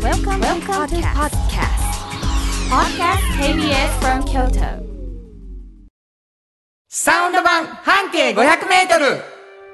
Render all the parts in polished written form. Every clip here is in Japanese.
Welcome to podcast KBS from Kyoto. サウンド版半径500メートル。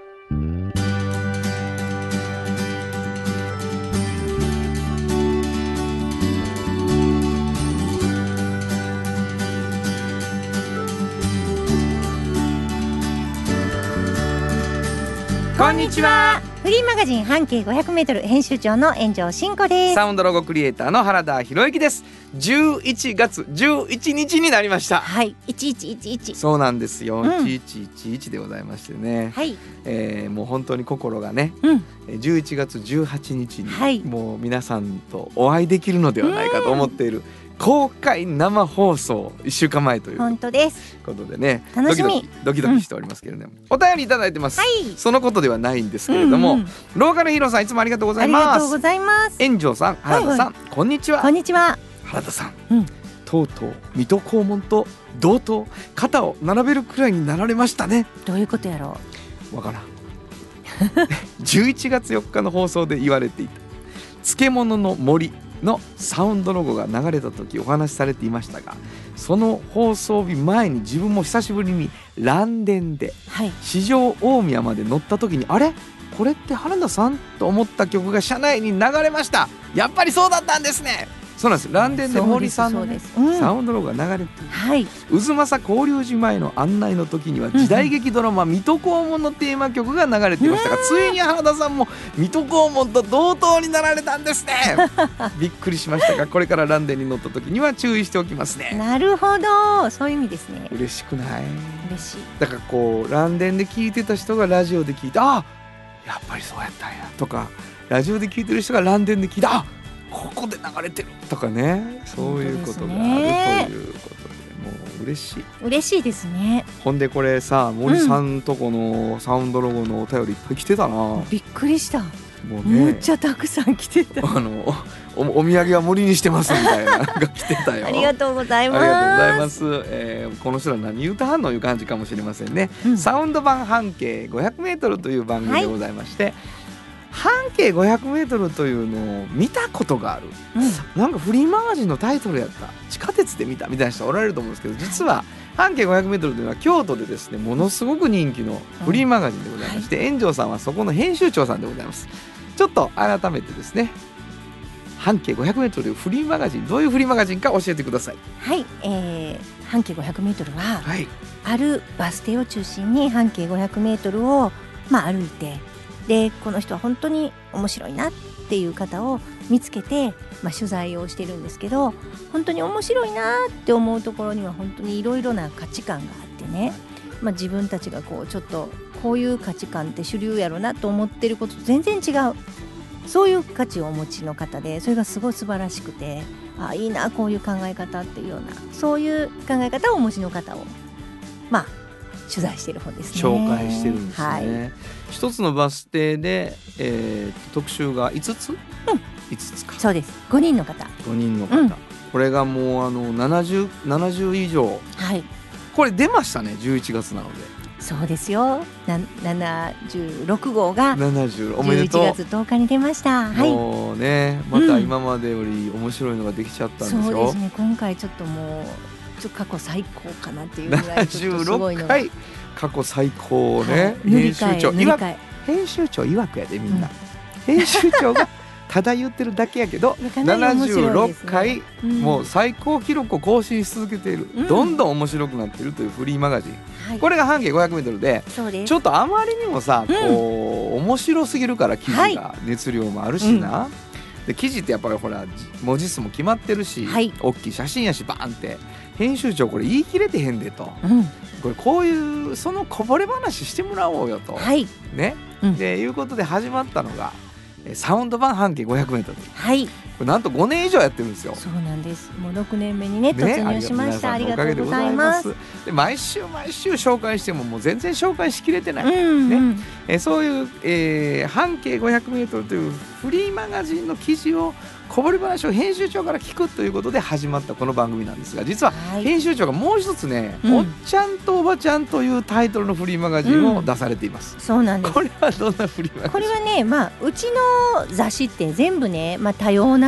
こんにちは。 フリーマガジン半径 500m 編集長の炎上真子です。 サウンドロゴクリエイターの原田博之です。11月11日になりました。 はい、1111。 そうなんですよ、1111でございましてね、 はい、 もう本当に心がね、11月18日に、 はい、 もう皆さんとお会いできるのではないかと思っている公開生放送1週間前という本当ですことでね、 楽しみ、 ドキドキしておりますけれども、お便りいただいてます、 はい、 そのことではないんですけれども、ローカルヒーローさんいつもありがとうございます。 ありがとうございます。 炎上さん、原田さん、こんにちは。 こんにちは。 原田さん、とうとう水戸黄門と同等肩を並べるくらいになられましたね。 どういうことやろうわからん11月4日の放送で言われていた漬物の森のサウンドロゴが流れた時お話しされていましたが、その放送日前に自分も久しぶりに蘭電で四条大宮まで乗った時に、あれこれって原田さんと思った曲が車内に流れました。やっぱりそうだったんですね。そうなんです。蘭電で森さんの、サウンドロゴが流れている、渦政交流寺前の案内の時には時代劇ドラマ水戸黄門のテーマ曲が流れていましたが、ついに原田さんも水戸黄門と同等になられたんですねびっくりしましたが、これから蘭電に乗った時には注意しておきますね。 なるほど、そういう意味ですね。 嬉しくない？ 嬉しい。 だからこう蘭電で聞いてた人がラジオで聞いて、あ、やっぱりそうやったんやとか、ラジオで聞いてる人が蘭電で聞いて、あ、ここで流れてるとかね、そういうことがあるということで、もう嬉しい。 嬉しいですね。 ほんでこれさ、森さんとこのサウンドロゴのお便りいっぱい来てたな。 びっくりした。もうね、 むっちゃたくさん来てた。 お土産は森にしてますみたいなのが来てたよありがとうございます。 ありがとうございます、この人ら何言うたはんのいう感じかもしれませんね、サウンド版半径 500m という番組でございまして、半径 500m というのを見たことがある、なんかフリーマガジンのタイトルやった、地下鉄で見たみたいな人おられると思うんですけど、実は半径 500m というのは京都でですね、ものすごく人気のフリーマガジンでございまして、炎上さんはそこの編集長さんでございます。ちょっと改めてですね、半径 500m というフリーマガジン、どういうフリーマガジンか教えてください。 はい、半径 500m は、あるバス停を中心に半径 500m を、歩いて、でこの人は本当に面白いなっていう方を見つけて、取材をしてるんですけど、本当に面白いなって思うところには本当にいろいろな価値観があってね、自分たちがこうちょっとこういう価値観って主流やろなと思ってることと全然違う、そういう価値をお持ちの方で、それがすごい素晴らしくて、あ、いいなこういう考え方っていうような、そういう考え方をお持ちの方を取材している本ですね。 紹介してるんですね、一つのバス停で、特集が5つ、5つか。 そうです。5人の方、 これがもう70以上、これ出ましたね、11月なので。 そうですよ、76号がおめでとう。 11月10日に出ました。 もうね、また今までより面白いのができちゃったんですよ。 そうですね、今回ちょっともう過去最高かなっていうぐらいちょっとすごいのが、 76回過去最高ね、編集長曰くやで、みんな、編集長がただ言ってるだけやけど76回、もう最高記録を更新し続けている、どんどん面白くなっているというフリーマガジン、これが半径 500m で、ちょっとあまりにもさ、こう面白すぎるから記事が熱量もあるしな、で記事ってやっぱりほら文字数も決まってるし、大きい写真やし、バーンって編集長これ言い切れてへんでと、こういうそのこぼれ話してもらおうよと、ね、でいうことで始まったのがサウンド版半径 500m、これなんと5年以上やってるんですよ。 そうなんです。もう6年目にね、突入しました。ありがとうございます。 で毎週紹介してももう全然紹介しきれてない、そういう、半径 500m というフリーマガジンの記事を、こぼれ話を編集長から聞くということで始まったこの番組なんですが、実は編集長がもう一つね、おっちゃんとおばちゃんというタイトルのフリーマガジンを出されています。 そうなんです。 これはどんなフリーマガジン？ これはね、うちの雑誌って全部ね、多様な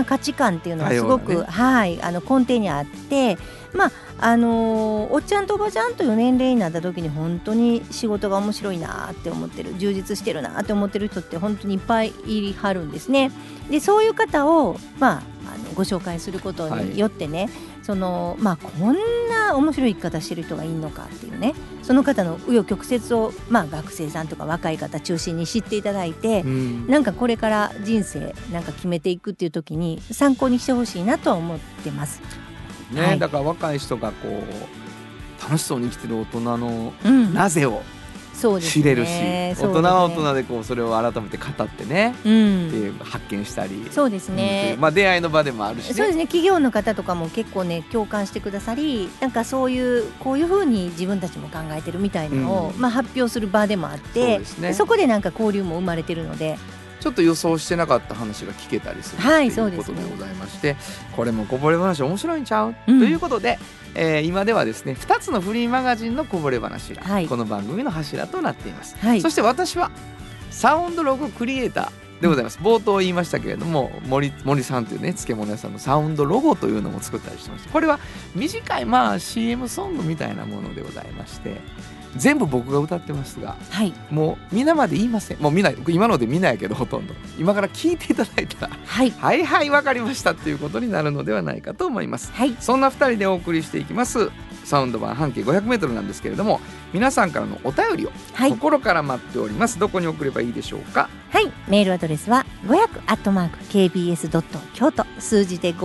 な価値観っていうのはすごく、根底にあって、おっちゃんとおばちゃんという年齢になった時に本当に仕事が面白いなって思ってる、充実してるなって思ってる人って本当にいっぱいいはるんですね。でそういう方を、ご紹介することによってね、こんな面白い生き方してる人がいるのかっていうね、その方の紆余曲折を、学生さんとか若い方中心に知っていただいて、なんかこれから人生なんか決めていくっていう時に参考にしてほしいなとは思ってますね。 だから若い人がこう楽しそうに生きてる大人のなぜを知れるし、大人は大人でこうそれを改めて語ってね、っていう発見したり、 そうですね、 出会いの場でもあるしね。 そうですね、企業の方とかも結構ね共感してくださり、なんかそういうこういう風に自分たちも考えてるみたいなのを、発表する場でもあって、そこでなんか交流も生まれてるので、 ちょっと予想してなかった話が聞けたりするということでございまして、これもこぼれ話面白いんちゃう、ということで、今ではですね2つのフリーマガジンのこぼれ話がこの番組の柱となっています、そして私はサウンドロゴクリエイターでございます。冒頭言いましたけれども、森さんというね漬物屋さんのサウンドロゴというのも作ったりしてまして、これは短いCM ソングみたいなものでございまして、全部僕が歌ってますが、もう皆まで言いません。もう見ない、今ので見ないけどほとんど今から聞いていただいたらはい分かりましたっていうことになるのではないかと思います、そんな2人でお送りしていきますサウンド版半径 500m なんですけれども、皆さんからのお便りを心から待っております。どこに送ればいいでしょうか。 メールアドレスは 500@kbs. 京都、数字で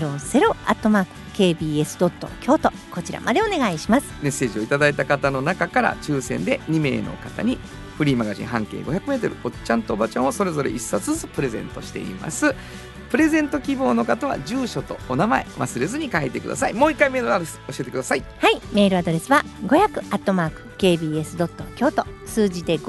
500@kbs. 京都、こちらまでお願いします。 メッセージをいただいた方の中から抽選で2名の方にフリーマガジン半径 500m おっちゃんとおばちゃんをそれぞれ1冊ずつプレゼントしています。プレゼント希望の方は住所とお名前忘れずに書いてください。もう一回メールアドレス教えてください。 メールアドレスは 500@kbs. 京都、数字で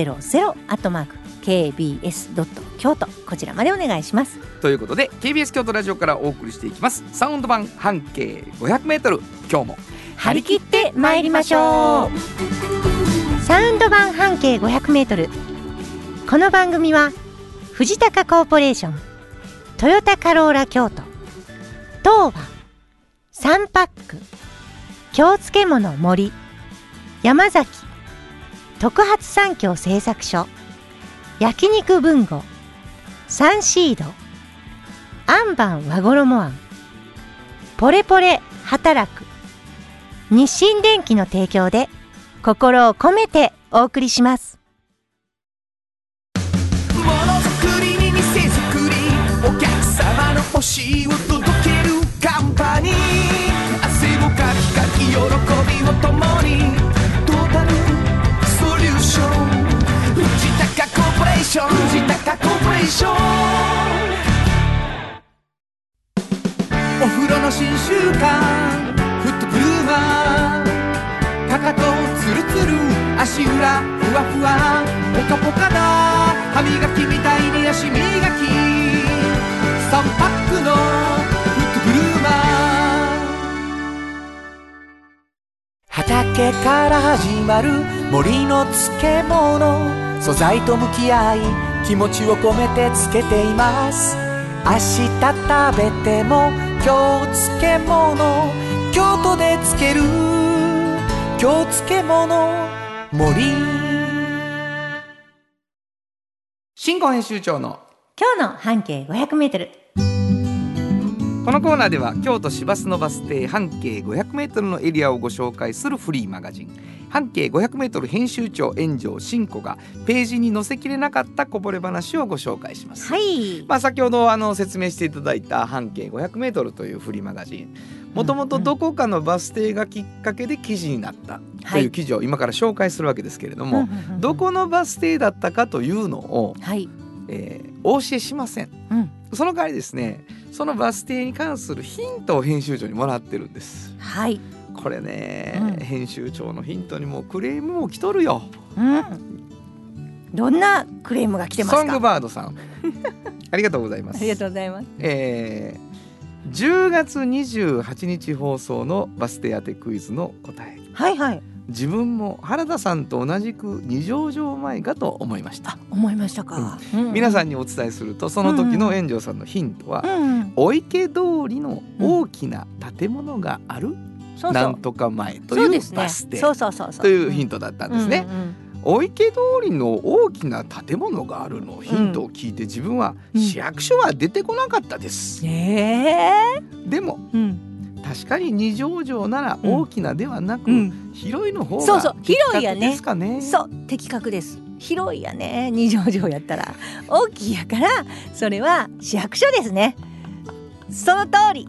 500@kbs. 京都、こちらまでお願いします。 ということで KBS 京都ラジオからお送りしていきますサウンド版半径 500m、 今日も張り切って参りましょう。サウンド版半径 500m、 この番組は藤高コーポレーション、トヨタカローラ京都、東和、サンパック、京漬物森、山崎、特発産業製作所、焼肉文吾、サンシード、アンバン和衣あん、ポレポレ働く、日清電機の提供で心を込めてお送りします。 ものづくりに店づくり、お客様の欲しいを届けるカンパニー、汗をかきかき喜びを共に、トータルソリューション、藤高コーポレーション、藤高コーポレーション。お風呂の新習慣フットブルーマー、かかとツルツル足裏ふわふわポカポカだ、歯磨きみたいに足磨き、3パックのフットブルーマー。畑から始まる森の漬物、素材と向き合い気持ちを込めて漬けています。明日食べても今日漬物、京都で漬ける京漬物森。 新語編集長の今日の半径 500m。 このコーナーでは京都市バスのバス停半径 500m のエリアをご紹介するフリーマガジン半径 500m 編集長炎上真子がページに載せきれなかったこぼれ話をご紹介します。先ほど説明していただいた半径 500m というフリーマガジン、もともとどこかのバス停がきっかけで記事になったという記事を今から紹介するわけですけれども、どこのバス停だったかというのを、お教えしません、その代わりですね、そのバス停に関するヒントを編集長にもらってるんです。これね、編集長のヒントにもクレームも来とるよ、 どんなクレームが来てますか。 ソングバードさんありがとうございます。 ありがとうございます。 10月28日放送のバス停当てクイズの答え、 自分も原田さんと同じく二条城前かと思いました。 思いましたか、 皆さんにお伝えすると、その時の炎上さんのヒントは、お池通りの大きな建物がある、なんとか前というバス停というヒントだったんですね。お池通りの大きな建物があるのヒントを聞いて、自分は市役所は出てこなかったです。でも、確かに二条城なら大きなではなく、広いの方が的確ですかね。 そう的確です。広いやね。二条城やったら大きいやから、それは市役所ですね。その通り。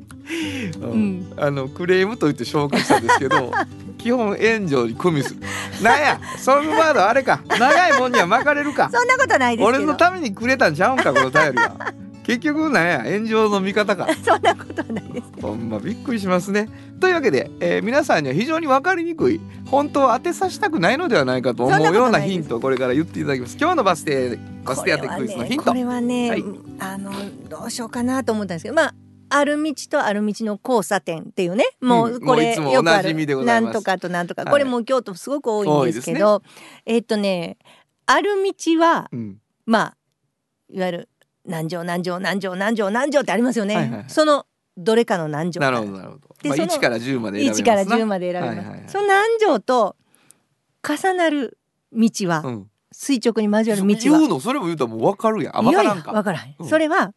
クレームと言って紹介したんですけど基本炎上に組みする。なんやそのワードあれか、長いもんには巻かれるか。 そんなことないですけど、 俺のためにくれたんちゃうんかこの便りは。結局なんや炎上の味方か。 そんなことないです。 ほんまびっくりしますね。というわけで、皆さんには非常に分かりにくい、本当は当てさせたくないのではないかと思うようなヒントをこれから言っていただきます。今日のバス停当てクイズのヒント、 これはね、どうしようかなと思ったんですけど、ある道とある道の交差点っていうね、もうこれよくある、なんとかとなんとか、これもう京都すごく多いんですけど、ある道は、いわゆる何条何条何条何条何条ってありますよね。そのどれかの何条か。 なるほどなるほど。1から10まで選べますな。 1から10まで選べます。その何条と重なる道は、垂直に交わる道は。 言うのそれも言うともう分かるやん。分からんか。 分からん。それは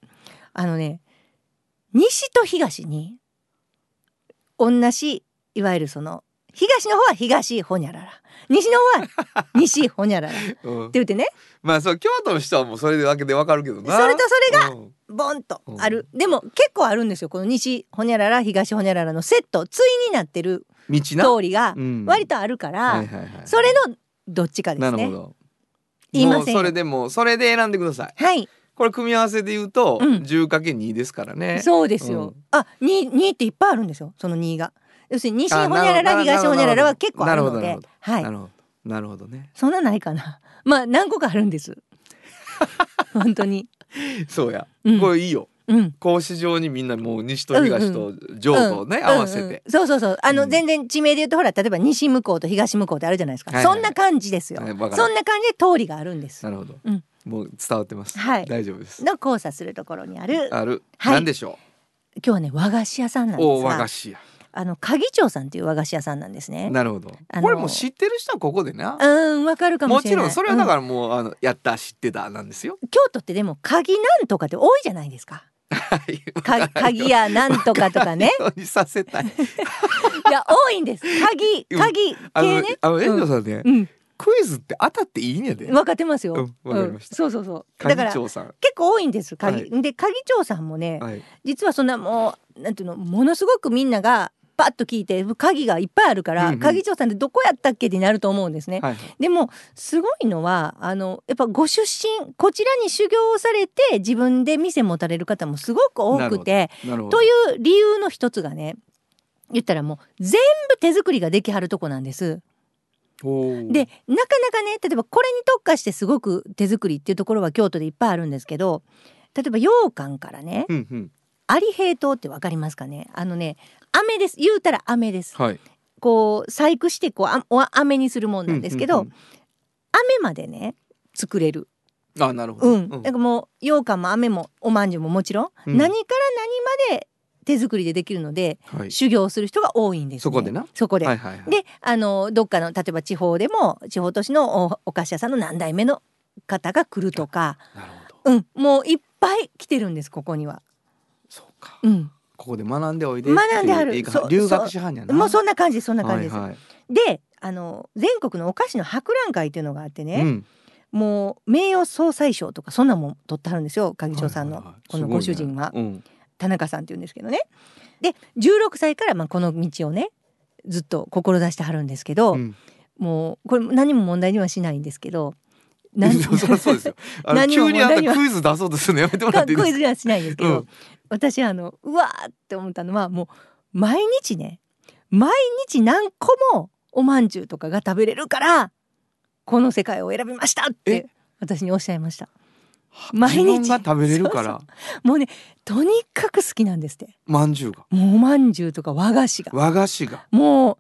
西と東に同じ、いわゆるその東の方は東ほにゃらら、西の方は西ほにゃららって言ってね。 そう京都の人はもうそれだけでわかるけどな。 それとそれがボンとある。でも結構あるんですよ、この西ほにゃらら東ほにゃららのセット、対になってる通りが割とあるから、それのどっちかですね。 なるほど。 言いません。 それで選んでください。 はい。 これ組み合わせで言うと 10×2 ですからね。 そうですよ。2っていっぱいあるんですよ、その2が。要するに西ほにゃらら東ほにゃららは結構あるので。はい。 なるほどね。 そんなないかな。何個かあるんです。本当に。 そうや。これいいよ。格子状にみんなもう西と東と上とね合わせて。 そうそうそう。全然地名で言うとほら、例えば西向こうと東向こうってあるじゃないですか。そんな感じですよ。そんな感じで通りがあるんです。 なるほど。もう伝わってます。大丈夫です。 の交差するところにある。 何でしょう。今日はね和菓子屋さんなんですが。 和菓子屋。 鍵町さんっていう和菓子屋さんなんですね。 なるほど。これも知ってる人はここでな。 わかるかもしれない。 もちろんそれはだからもうやった知ってたなんですよ。 京都ってでも鍵なんとかって多いじゃないですか。鍵やなんとかとかね。 させたい。いや多いんです。鍵系ね。 遠藤さんね。クイズって当たっていいんやで。 分かってますよ。 わかりました。 そう。だから結構多いんです。鍵町さんもね、実はそんなもうなんていうの、ものすごくみんながパッと聞いて鍵がいっぱいあるから、鍵町さんってどこやったっけってなると思うんですね。でもすごいのはやっぱご出身こちらに修行されて自分で店持たれる方もすごく多くて、という理由の一つがね、言ったらもう全部手作りができはるとこなんです。でなかなかね、例えばこれに特化してすごく手作りっていうところは京都でいっぱいあるんですけど、例えば羊羹からね、有平糖ってわかりますかね。飴です。言うたら飴です。こう細工してこう飴にするもんなんですけど、飴までね作れる。 なるほど。 だからもう羊羹も飴もおまんじゅうももちろん、何から何まで手作りでできるので、修行する人が多いんですね。そこで、でどっかの例えば地方でも地方都市のお菓子屋さんの何代目の方が来るとか、もういっぱい来てるんです、ここには。 そうか。ここで学んでおいで。 学んである。 留学しはんやな。 もうそんな感じです。で全国のお菓子の博覧会っていうのがあってね、もう名誉総裁賞とかそんなもん取ってはるんですよ、鍵町さんのこのご主人は。田中さんって言うんですけどね。で16歳からこの道をねずっと志してはるんですけど、もうこれ何も問題にはしないんですけど、 そうですよ。急にあんたクイズ出そうとするのやめてもらっていいですか。 クイズにはしないんですけど、私うわーって思ったのは、もう毎日何個もおまんじゅうとかが食べれるからこの世界を選びましたって私におっしゃいました。 毎日自分が食べれるから。 もうねとにかく好きなんですって。 まんじゅうが。 もうおまんじゅうとか和菓子がもう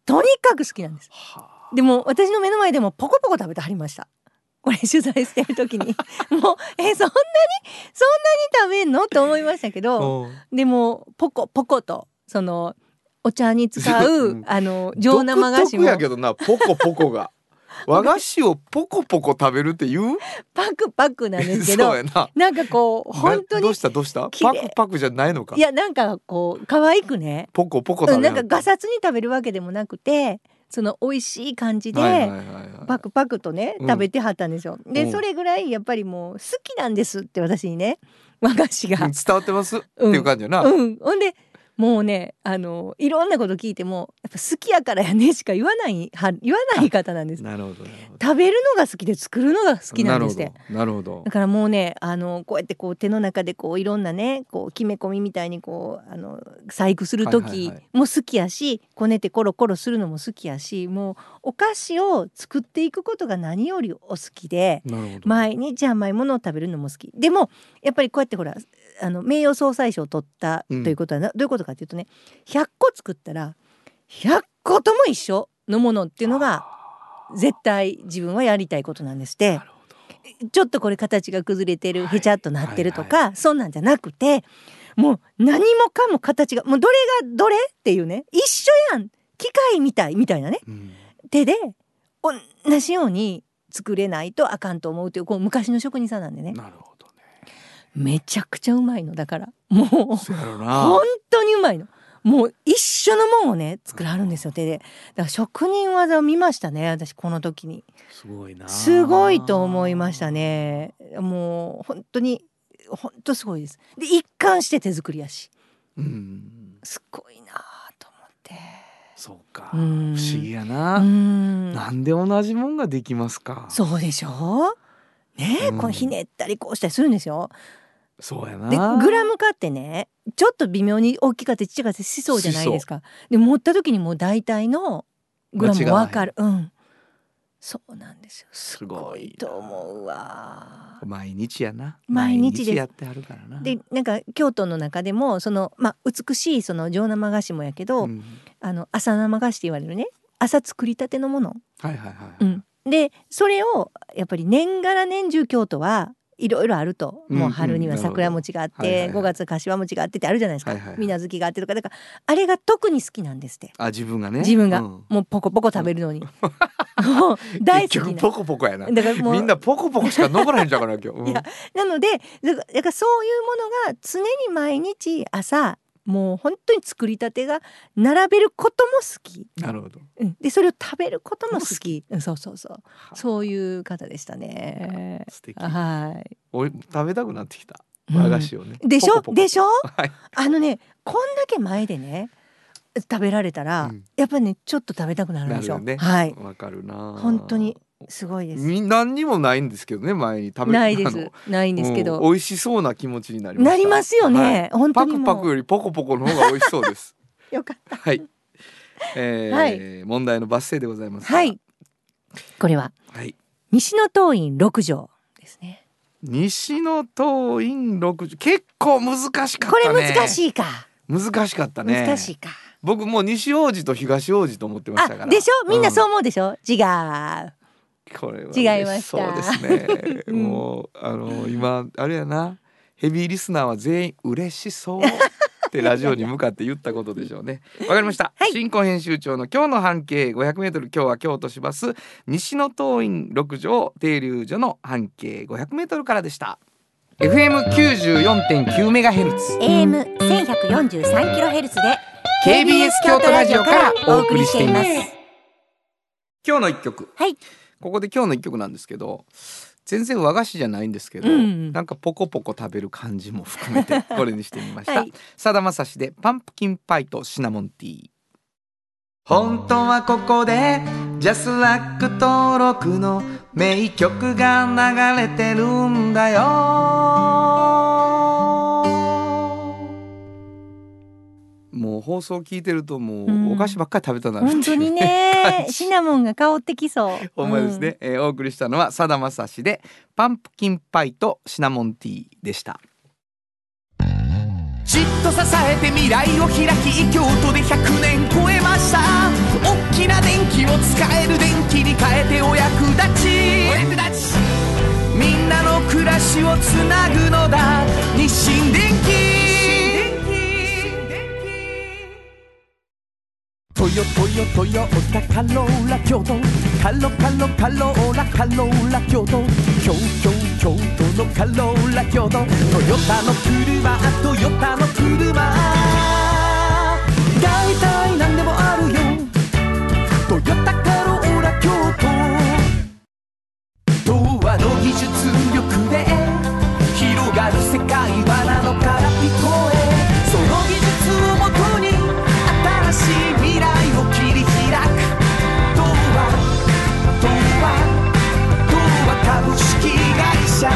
とにかく好きなんです。でも私の目の前でもポコポコ食べてはりました。これ取材してる時にもうそんなに食べんのと思いましたけど、でもポコポコとそのお茶に使う上生菓子も独特やけどな、ポコポコが和菓子をポコポコ食べるっていうパクパクなんですけどそうやな。 なんかこう本当にどうしたパクパクじゃないのか。 いやなんかこう可愛くねポコポコ食べる、 なんかガサツに食べるわけでもなくて、その美味しい感じでパクパクとね食べてはったんですよ。でそれぐらいやっぱりもう好きなんですって私にね和菓子が伝わってますっていう感じやな。 ほんでもうねいろんなこと聞いてもやっぱ好きやからやねしか言わない方なんです。 なるほど食べるのが好きで作るのが好きなんですって。 なるほど。 だからもうねこうやってこう手の中でこういろんなねこうきめ込みみたいにこう細工する時も好きやし、こねてコロコロするのも好きやし、もうお菓子を作っていくことが何よりお好きで、毎日甘いものを食べるのも好き。でもやっぱりこうやってほら名誉総裁賞を取ったということは、どういうことかというとね、100個作ったら100個とも一緒のものっていうのが絶対自分はやりたいことなんですって。ちょっとこれ形が崩れてる、へちゃっとなってるとか、そんなんじゃなくて、もう何もかも形がもうどれがどれっていうね、一緒やん、機械みたいなね、手で同じように作れないとあかんと思うという、こう昔の職人さんなんでね。 なるほどね。 めちゃくちゃうまいのだから、もう本当にうまいの。もう一緒のもんをね作らはるんですよ、手で。だから職人技を見ましたね、私この時に。すごいな。すごいと思いましたね。もう本当すごいです。で一貫して手作りやし、すごいなと思って。 そうか、不思議やな。なんで同じもんができますか。 そうでしょね、このひねったりこうしたりするんですよ。 そうやな。 でグラム化ってね、ちょっと微妙に大きかったちっちゃかったしそうじゃないですか。で持った時にもう大体のグラム分かる。そうなんですよ。すごいと思うわ。 毎日やな。 毎日です。 やってはるからな。 でなんか京都の中でもその美しいその上生菓子もやけど、朝生菓子って言われるね、朝作りたてのもの。でそれをやっぱり年がら年中京都はいろいろあると、もう春には桜餅があって、5月柏餅があってってあるじゃないですか、水無月があってとか。だからあれが特に好きなんですって。 自分がね、 自分が、もうポコポコ食べるのにもう大好きな。 結局ポコポコやな。だからもうみんなポコポコしか残らへんじゃから今日。 いやなのでだからそういうものが常に毎日朝もう本当に作りたてが並べることも好き。 なるほど。 でそれを食べることも好き。そういう方でしたね。 素敵。食べたくなってきた和菓子をね。 でしょでしょ。こんだけ前でね食べられたら、やっぱりねちょっと食べたくなるんですよ。 わかるな。 本当にすごいです。 何にもないんですけどね、前に食べないですないんですけど、 美味しそうな気持ちになりました。 なりますよね、本当にパクパクよりポコポコの方が美味しそうです。 よかった。 はい、問題の抜粋でございます。 これは、西の東院6条ですね。 西の東院6条、結構難しかったね。 これ難しいか。 難しかったね。 難しいか。 僕もう西王子と東王子と思ってましたから。 でしょ、みんなそう思うでしょ。違う。 これは違いました。 そうですね。もう今あれやな、ヘビーリスナーは全員嬉しそうってラジオに向かって言ったことでしょうね。わかりました。新婚編集長の今日の半径500メートル、今日は京都市バス西の東院6条停留所の半径500メートルからでした。FM94.9 メガヘルツ、 AM1143 キロヘルツで KBS 京都ラジオからお送りしています。今日の一曲。ここで今日の一曲なんですけど、全然和菓子じゃないんですけど、なんかポコポコ食べる感じも含めてこれにしてみました。さだまさしでパンプキンパイとシナモンティー。本当はここでジャスラック登録の名曲が流れてるんだよ。もう放送聞いてるともうお菓子ばっかり食べたなるっていう、 本当にねシナモンが香ってきそう。 ほんまですね。お送りしたのはさだまさしでパンプキンパイとシナモンティーでした。じじっと支えて未来を開き、京都で100年超えました。大きな電気を使える電気に変えてお役立ち、みんなの暮らしをつなぐのだ、日清電気。トヨタカローラ京都、カローラ京都、京都のカローラ京都、トヨタの車、だいたいなんでもあるよ、トヨタカローラ京都。童話の技術力で広がる世界はなのから聞こえ、その技術をもとに新しい未来を切り開く、童話株式会社。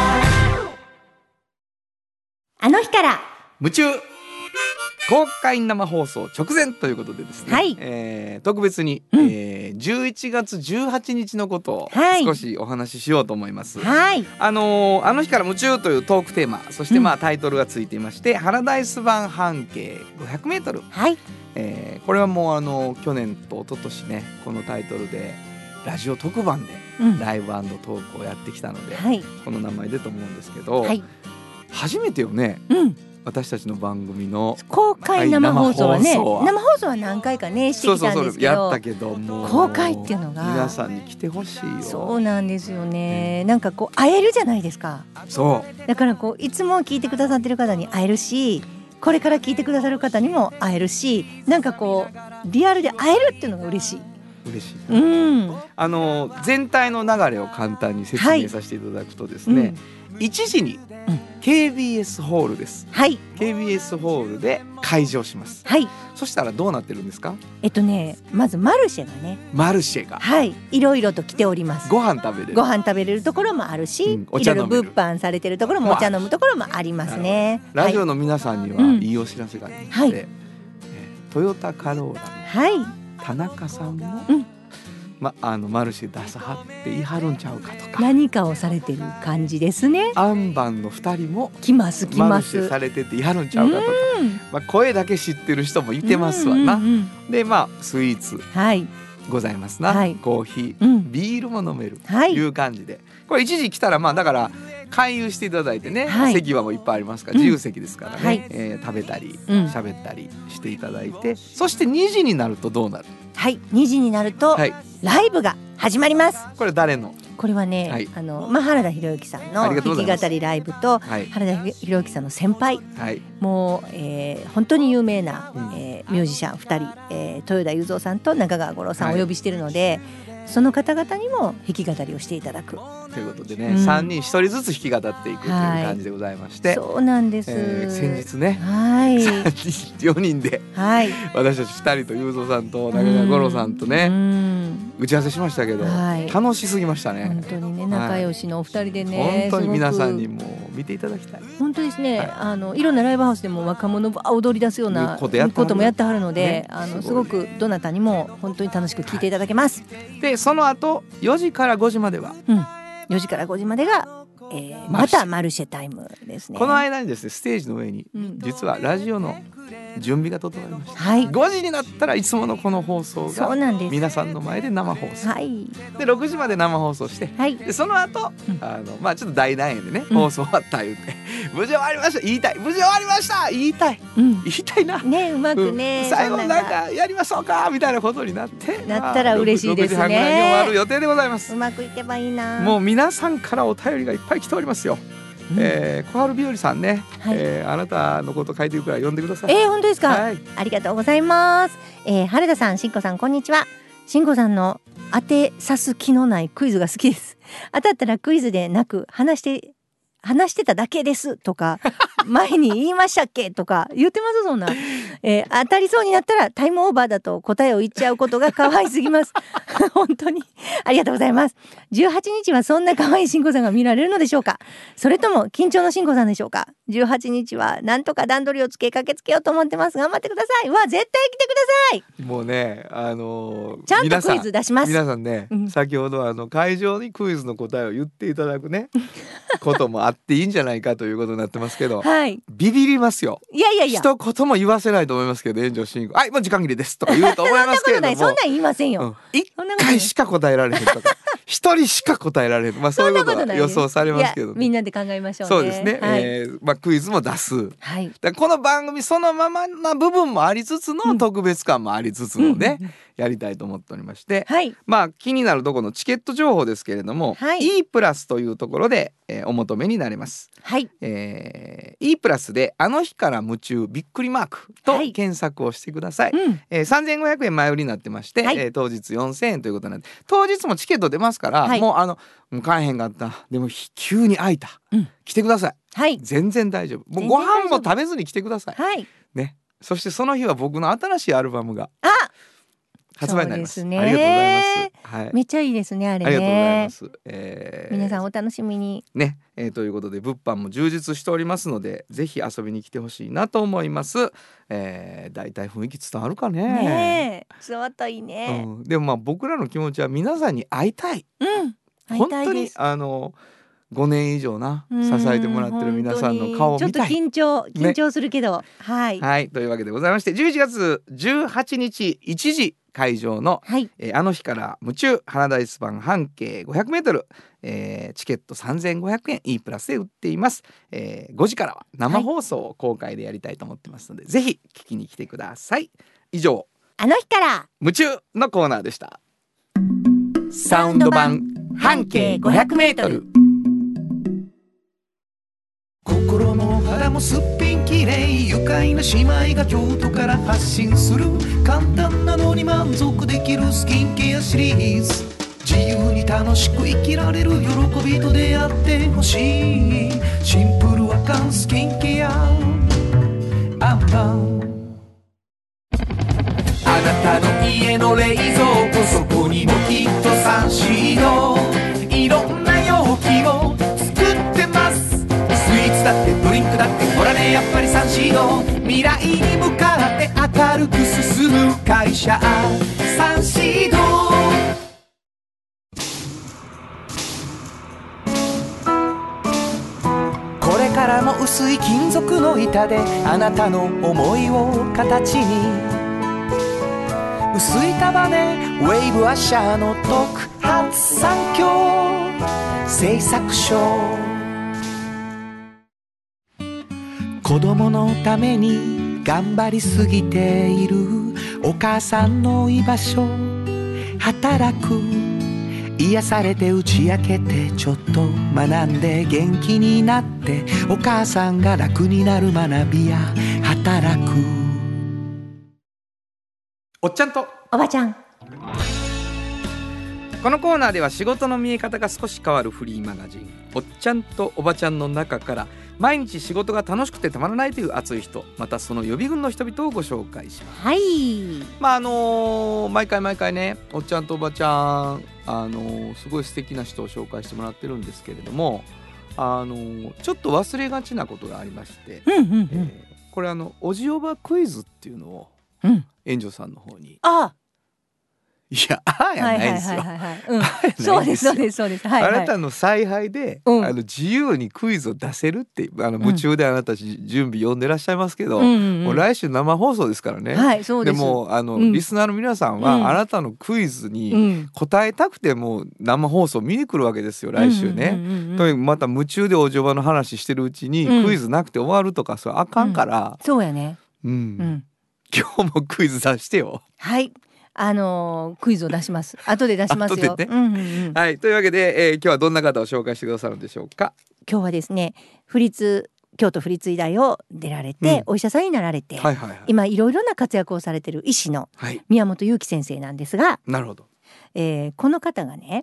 あの日から夢中公開生放送直前ということでですね、 はい特別に、11月18日のことを少しお話ししようと思います、 はい、 あの日から夢中というトークテーマ、そしてタイトルがついていまして、ハラダイス版半径 500m、 はい、 これはもう去年と一昨年ね、このタイトルでラジオ特番でライブ&トークをやってきたので、この名前でと思うんですけど、初めてよね、私たちの番組の公開生放送はね、生放送は何回かねしてきたんですけど、 やったけども公開っていうのが皆さんに来てほしいよ。 そうなんですよね、なんかこう会えるじゃないですか。 そうだからこういつも聞いてくださってる方に会えるし、これから聞いてくださる方にも会えるし、なんかこうリアルで会えるっていうのが嬉しい。 全体の流れを簡単に説明させていただくとですね、1時に KBS ホールです、KBS ホールで開場します、そしたらどうなってるんですか？ まずマルシェがね、いろいろと来ております。 ご飯食べれるところもあるし、いろいろ物販されてるところもお茶飲むところもありますね。ラジオの皆さんにはいいお知らせがありまして、トヨタカローラの田中さんも、マルシェ出さはって言い張るんちゃうかとか、 何かをされてる感じですね。 アンバンの2人も来ますマルシェされてて言い張るんちゃうかとか、声だけ知ってる人もいてますわな。でスイーツ、ございますな、コーヒー、ビールも飲めるという感じで、これ一時来たらだから勧誘していただいてね、席はもういっぱいありますから、自由席ですからね、食べたり喋ったりしていただいて、そして2時になるとどうなる ？2時になると、ライブが始まります。 これ誰の？ これはね、原田裕之さんの弾き語りライブと、原田裕之さんの先輩、もう、本当に有名な、ミュージシャン2人、豊田雄三さんと中川五郎さんをお呼びしているので、その方々にも弾き語りをしていただくということでね、3人1人ずつ弾き語っていくという感じでございまして、 そうなんです、 先日ね、4人で、私たち2人と雄三さんと中川五郎さんとね、打ち合わせしましたけど、楽しすぎましたね。 本当にね、仲良しのお二人でね、 本当に皆さんにも見ていただきたい。 本当ですね、いろんなライブハウスでも若者が踊り出すようなこともやってはるので、すごくどなたにも本当に楽しく聴いていただけます。 でその後4時から5時までは、 4時から5時まが、またマルシェタイムですね。 この間にですね、ステージの上に、実はラジオの準備が整いました、5時になったらいつものこの放送が皆さんの前で生放送、で6時まで生放送して、でその後、ちょっと大団円でね、放送終わった言うて無事終わりました言いたい、無事終わりました言いたい、言いたいなね、うまくね、 最後なんかやりましょうかみたいなことになったら嬉しいですね。 6時半ぐらいに終わる予定でございます。 うまくいけばいいな。 もう皆さんからお便りがいっぱい来ておりますよ。小春日和さんね、あなたのこと書いてるから読んでください。 本当ですか、ありがとうございます。原田さん、しんこさん、こんにちは。しんこさんの当てさす気のないクイズが好きです。当たったらクイズでなく話してただけですとか前に言いましたっけとか言ってます。そんな、当たりそうになったらタイムオーバーだと答えを言っちゃうことが可愛すぎます本当にありがとうございます。18日はそんな可愛いしんこさんが見られるのでしょうか、それとも緊張のしんこさんでしょうか。18日はなんとか段取りをつけ駆けつけようと思ってます。頑張ってください。絶対来てください。 もうね、 ちゃんとクイズ出します。 皆さんね、先ほど会場にクイズの答えを言っていただくねこともあっていいんじゃないかということになってますけど、 はい、 ビビりますよ。 いや一言も言わせないと思いますけど、炎上進行はいもう時間切れですとか言うと思いますけれどもそんな言いませんよ。 一回しか答えられへんとか一人しか答えられへん、そういうことが予想されますけど、 みんなで考えましょうね。 そうですね、はい、クイズも出す、はい、だこの番組そのままな部分もありつつの特別感もありつつのね、やりたいと思っておりまして、はい、気になるところのチケット情報ですけれども、はい、E プラスというところで、お求めになれます、はい、E プラスであの日から夢中びっくりマークと検索をしてください、3500円前売りになってまして、はい、当日4000円ということなんで、当日もチケット出ますから、はい、もう買えへんかったでも急に空いた、来てください、はい、全然大丈夫、もうご飯も食べずに来てください、はいね、そしてその日は僕の新しいアルバムが発売になります。ありがとうございます、はい、めっちゃいいですねあれね。ありがとうございます、皆さんお楽しみにね、ということで物販も充実しておりますのでぜひ遊びに来てほしいなと思います、だいたい雰囲気伝わるか ね伝わったらいいね、 でも僕らの気持ちは皆さんに会いたい、本当に5年以上支えてもらってる皆さんの顔を見たい。ちょっと緊張するけど、はい、はい、というわけでございまして11月18日1時会場の、はい、あの日から夢中花大スパン半径 500m、チケット3500円 E プラスで売っています、5時からは生放送を公開でやりたいと思ってますので、ぜひ聞きに来てください。以上あの日から夢中のコーナーでした。サウンド版半径 500m、 心も肌もすっぴんきれい、愉快な姉妹が京都から発信する簡単なのに満足できるスキンケアシリーズ。自由に楽しく生きられる喜びと出会ってほしい。シンプルアカンスキンケアアンパン。あなたの家の冷蔵庫、そこにもきっとサンシード。いろんな容器を作ってます。スイーツだってドリンクだってほらね、やっぱりサンシード。未来に向かって明るく進む会社サンシード。これからも薄い金属の板であなたの思いを形に、薄い束ねウェイブアッシャーの特発産業製作所。子供のために頑張りすぎているお母さんの居場所。働く、癒されて打ち明けて、ちょっと学んで元気になって、お母さんが楽になる学びや働く。 おっちゃんとおばちゃん。 このコーナーでは仕事の見え方が少し変わるフリーマガジンおっちゃんとおばちゃんの中から、毎日仕事が楽しくてたまらないという熱い人、またその予備軍の人々をご紹介します。 はい。 毎回ね、おっちゃんとおばちゃんすごい素敵な人を紹介してもらってるんですけれども、ちょっと忘れがちなことがありまして、これおじおばクイズっていうのを、援助さんの方に、いややないですよ。 そうですそうですそうです。 あなたの采配で、自由にクイズを出せるって夢中であなた準備読んでらっしゃいますけど、もう来週生放送ですからね。はい、そうです。でもリスナーの皆さんは、あなたのクイズに答えたくても生放送見に来るわけですよ来週ね。とにかくまた夢中でおじおばの話してるうちに、クイズなくて終わるとかそれあかんから。 そうやね。 今日もクイズ出してよ。 はい。クイズを出します。後で出しますよ。 はい、というわけで、今日はどんな方を紹介してくださるんでしょうか。 今日はですね、京都府立医大を出られて、お医者さんになられて、今いろいろな活躍をされている医師の宮本裕樹先生なんですが、 なるほど。 この方がね、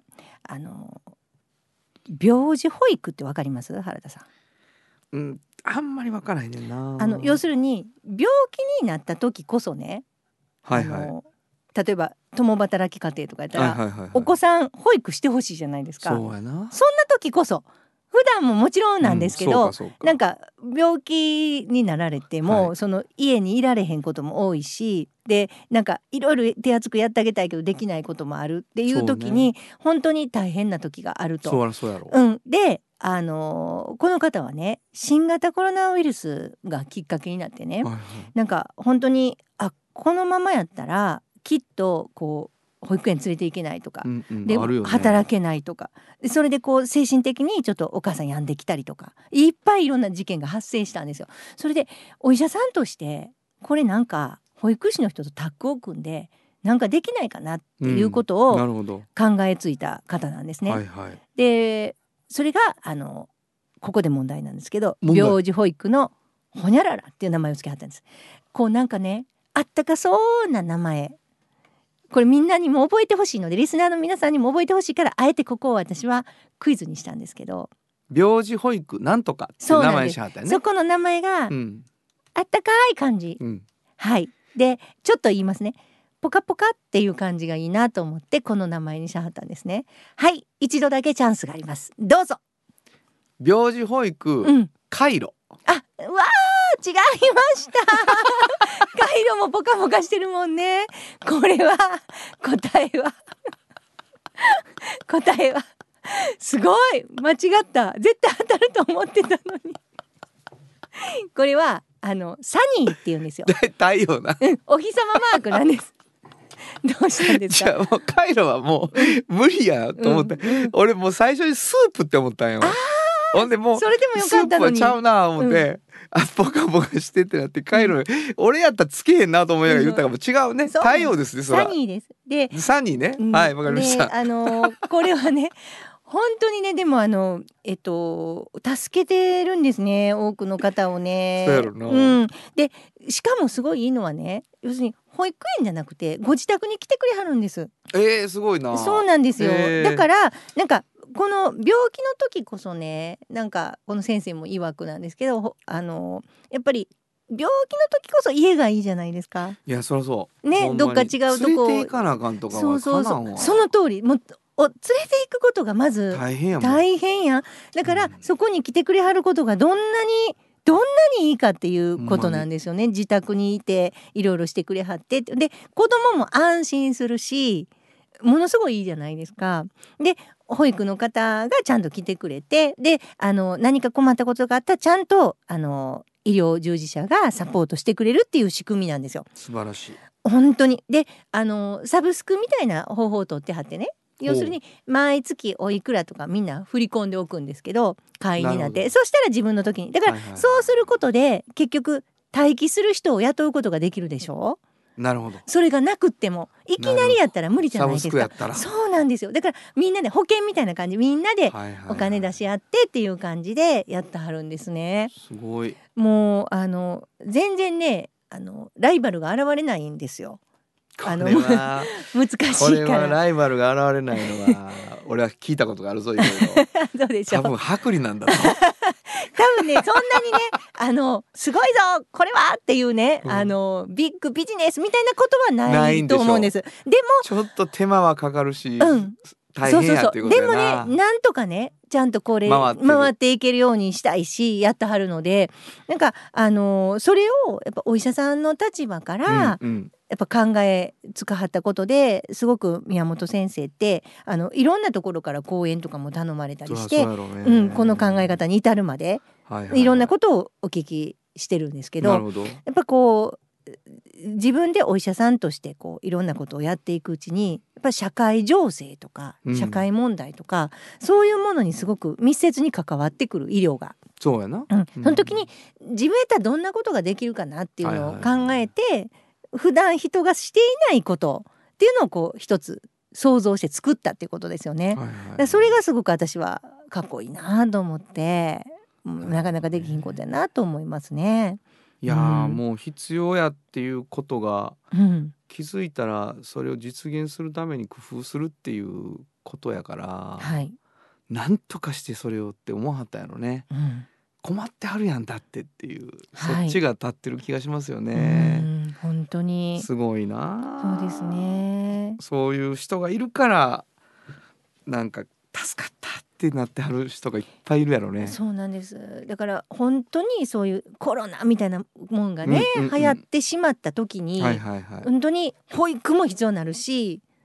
病児保育ってわかります？原田さん。 あんまりわからへんねんな。 要するに病気になった時こそね、例えば共働き家庭とかやったら、お子さん保育してほしいじゃないですか。 そうやな。 そんな時こそ、普段ももちろんなんですけど、なんか病気になられても、その家にいられへんことも多いし、でなんかいろいろ手厚くやってあげたいけどできないこともあるっていう時に、本当に大変な時があると。 そうやろ。 でこの方はね新型コロナウイルスがきっかけになってね、 はいはい、 なんか本当にこのままやったらきっとこう保育園連れて行けないとか、であるよね、 働けないとか、でそれでこう精神的にちょっとお母さん病んできたりとかいっぱいいろんな事件が発生したんですよ。それでお医者さんとしてこれなんか保育士の人とタッグを組んでなんかできないかなっていうことをなるほど考えついた方なんですね。 はいはい、 でそれがここで問題なんですけど、 問題病児保育のほにゃららっていう名前を付けはったんです。こうなんかねあったかそうな名前、これみんなにも覚えてほしいのでリスナーの皆さんにも覚えてほしいからあえてここを私はクイズにしたんですけど、 病児保育なんとかって名前にしはったよね。 そこの名前があったかい感じ、はい。でちょっと言いますね、ポカポカっていう感じがいいなと思ってこの名前にしはったんですね。はい、一度だけチャンスがあります。どうぞ。 病児保育、カイロ。 あ、うわー違いましたカイロもポカポカしてるもんね。これは答えはすごい間違った、絶対当たると思ってたのにこれはサニーって言うんですよ。 太陽な、 お日様マークなんですどうしたんですか。 じゃあもうカイロはもう無理やと思って、俺もう最初にスープって思ったんよ。ほんでもうそれでもよかったのにスープはちゃうな思って、ポカポカしてってなってカイロ、俺やったらつけへんなと思いながら言ったからもう違うね、太陽ですね。それサニーです。でサニーね、はいわかりました。 これはね本当にねでも助けてるんですね、多くの方をね。 そうやろな、 でしかもすごいいいのはね、要するに保育園じゃなくてご自宅に来てくれはるんです。 すごいな。 そうなんですよ、だからなんかこの病気の時こそね、なんかこの先生も曰くなんですけどやっぱり病気の時こそ家がいいじゃないですか。 いやそりゃそうね、どっか違うとこ連れて行かなあかんとかはかなんわ。 その通り、もう連れて行くことがまず大変やもん。 大変や。だから、そこに来てくれはることがどんなにいいかっていうことなんですよね。自宅にいていろいろしてくれはって、で子供も安心するしものすごいいいじゃないですか。で保育の方がちゃんと来てくれて、で何か困ったことがあったらちゃんと医療従事者がサポートしてくれるっていう仕組みなんですよ。 素晴らしい。 本当に。でサブスクみたいな方法を取ってはってね、要するに毎月おいくらとかみんな振り込んでおくんですけど、会員になって、そしたら自分の時にだから、そうすることで結局待機する人を雇うことができるでしょ。 なるほど。 それがなくってもいきなりやったら無理じゃないですか。 らそうなんですよ。だからみんなで保険みたいな感じ、みんなでお金出し合ってっていう感じでやってはるんですね。 すごい。 もう全然ねライバルが現れないんですよ。難しいから。 これはライバルが現れないのは俺は聞いたことがあるぞいろいろ。 どうでしょう。 多分薄利なんだと。 多分ねそんなにねすごいぞこれはっていうね、ビッグビジネスみたいなことはないと思うんです。でもちょっと手間はかかるし、大変やっていうことやな。 でもねなんとかねちゃんとこれ回っていけるようにしたいしやってはるので、なんかそれをやっぱお医者さんの立場から、やっぱ考えつかはったことですごく宮本先生っていろんなところから講演とかも頼まれたりして、この考え方に至るまで、いろんなことをお聞きしてるんですけど、やっぱこう自分でお医者さんとしてこういろんなことをやっていくうちにやっぱり社会情勢とか社会問題とか、そういうものにすごく密接に関わってくる医療が。 そうやな、 その時に自分やったらどんなことができるかなっていうのを考えて、普段人がしていないことっていうのをこう一つ想像して作ったっていうことですよね。それがすごく私はかっこいいなと思って、なかなかできひんことやなと思いますね。 いやもう必要やっていうことが、気づいたらそれを実現するために工夫するっていうことやから、なんとかしてそれをって思わはったやろね。困ってはるやんだってっていう、そっちが立ってる気がしますよね。 本当にすごいな。 そうですね。 そういう人がいるからなんか助かったってなってはる人がいっぱいいるやろね。 そうなんです。だから本当にそういうコロナみたいなもんがね、流行ってしまった時に、本当に保育も必要になるし、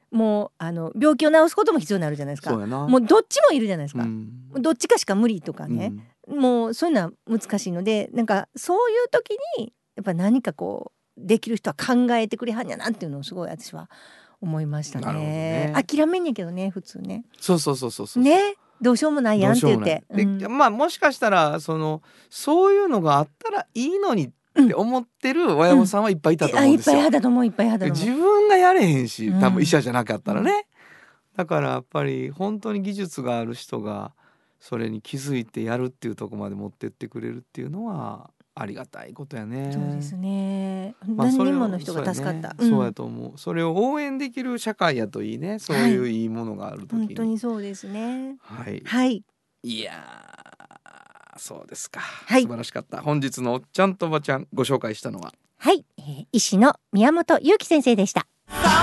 もう病気を治すことも必要になるじゃないですか。 そうやな。 もうどっちもいるじゃないですか、どっちかしか無理とかね、もうそういうのは難しいので、なんかそういう時にやっぱ何かこうできる人は考えてくれはんやなっていうのをすごい私は思いました ね。諦めんねんけどね普通ね。 そうね、どうしようもないやんって言って、 で、まあもしかしたらそういうのがあったらいいのにって思ってる親御さんはいっぱいいたと思うんですよ。 いっぱいだと思う、いっぱいだと思う。 自分がやれへんし、多分医者じゃなかったらね、だからやっぱり本当に技術がある人がそれに気づいてやるっていうところまで持ってってくれるっていうのはありがたいことやね。 そうですね。何人もの人が助かった。 そうやと思う。それを応援できる社会やといいね。そういういいものがある時に。 本当にそうですね。 はい。 はい。 いやそうですか、 はい、 素晴らしかった。本日のおっちゃんとおばちゃんご紹介したのは、 はい、医師の宮本裕樹先生でした。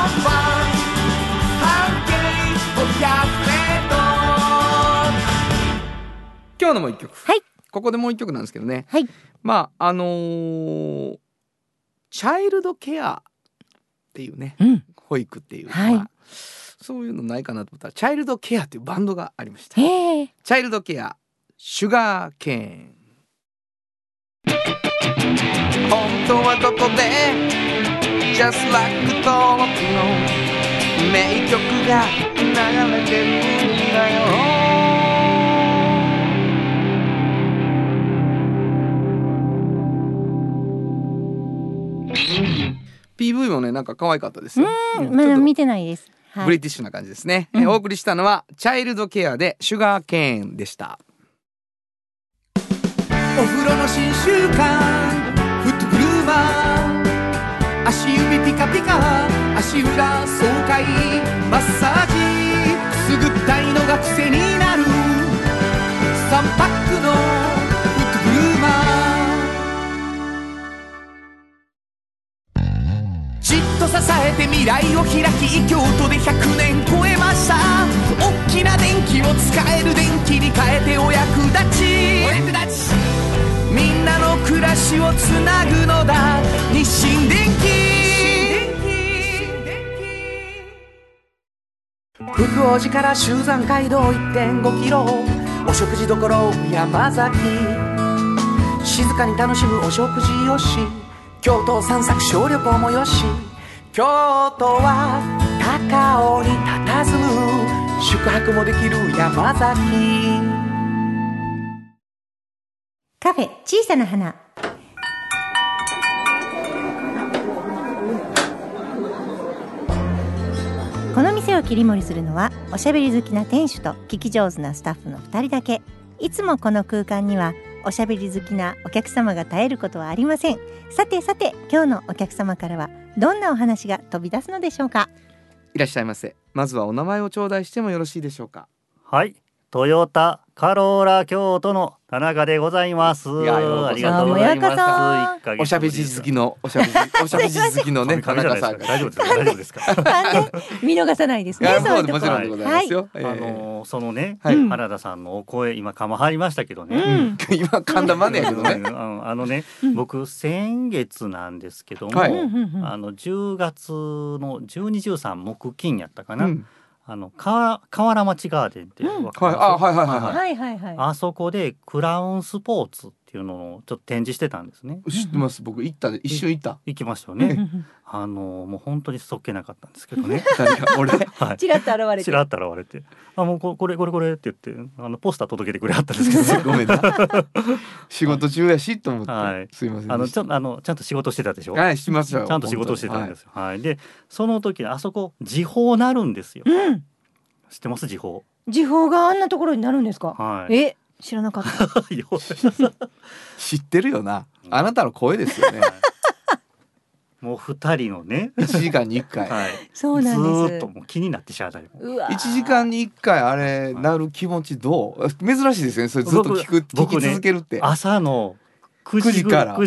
今日のもう一曲、 はい、 ここでもう一曲なんですけどね、 はい、 まあチャイルドケアっていうね、保育っていう、 はい、 そういうのないかなと思ったらチャイルドケアっていうバンドがありました。チャイルドケアシュガーケーン。本当はどこで Just like 登録の名曲が流れてるんだよ。PV もねなんか可愛かったですよ。 まだ見てないです。 ブリティッシュな感じですね。お送りしたのはチャイルドケアでシュガーケーンでした。 お風呂の新習慣フットグルーマー、足指ピカピカ足裏爽快マッサージくすぐったいのが癖になる3パックのフットグルーマー、じっと支えて未来を開き京都で100年超えました。大きな電気を使える電気に変えてお役立ち、みんなの暮らしをつなぐのだ日清電気。福王寺から集山街道 1.5 キロ、お食事処山崎、静かに楽しむお食事よし、京都散策小旅行もよし、京都は高尾に佇む宿泊もできる山崎。 カフェ小さな花。この店を切り盛りするのはおしゃべり好きな店主と聞き上手なスタッフの2人だけ。いつもこの空間にはおしゃべり好きなお客様が絶えることはありません。さて今日のお客様からはどんなお話が飛び出すのでしょうか。 いらっしゃいませ。まずはお名前を頂戴してもよろしいでしょうか。 はい、トヨタカローラ京都の田中でございます。 ありがとうございます。おしゃべり好きのおしゃべり好きのね田中さん。 大丈夫ですか。 見逃さないですね。 そうもちろんでございますよ。 そのね、原田さんのお声今噛まはりましたけどね。 今噛んだまでやけどね。 僕先月なんですけども、10月の12、13木金やったかな。河原町ガーデンって分かります？あそこでクラウンスポーツっていうのをちょっと展示してたんですね。 知ってます。僕一緒行った。 行きましたよね。もう本当にそっけなかったんですけどね。 俺チラッと現れてもうこれって言ってポスター届けてくれはったんですけど、 ごめんな。仕事中やしと思って、すいません。 ちゃんと仕事してたでしょ。 はい、しますよ。 ちゃんと仕事してたんですよ。でその時あそこ時報なるんですよ。知ってます？時報があんなところになるんですか？知らなかった。 知ってるよな。あなたの声ですよね。 もう2人のね 1時間に1回、 そうなんです。 ずっともう気になってしゃあない。 1時間に1回あれなる気持ちどう？珍しいですね。それずっと聞き続けるって。 朝の9時から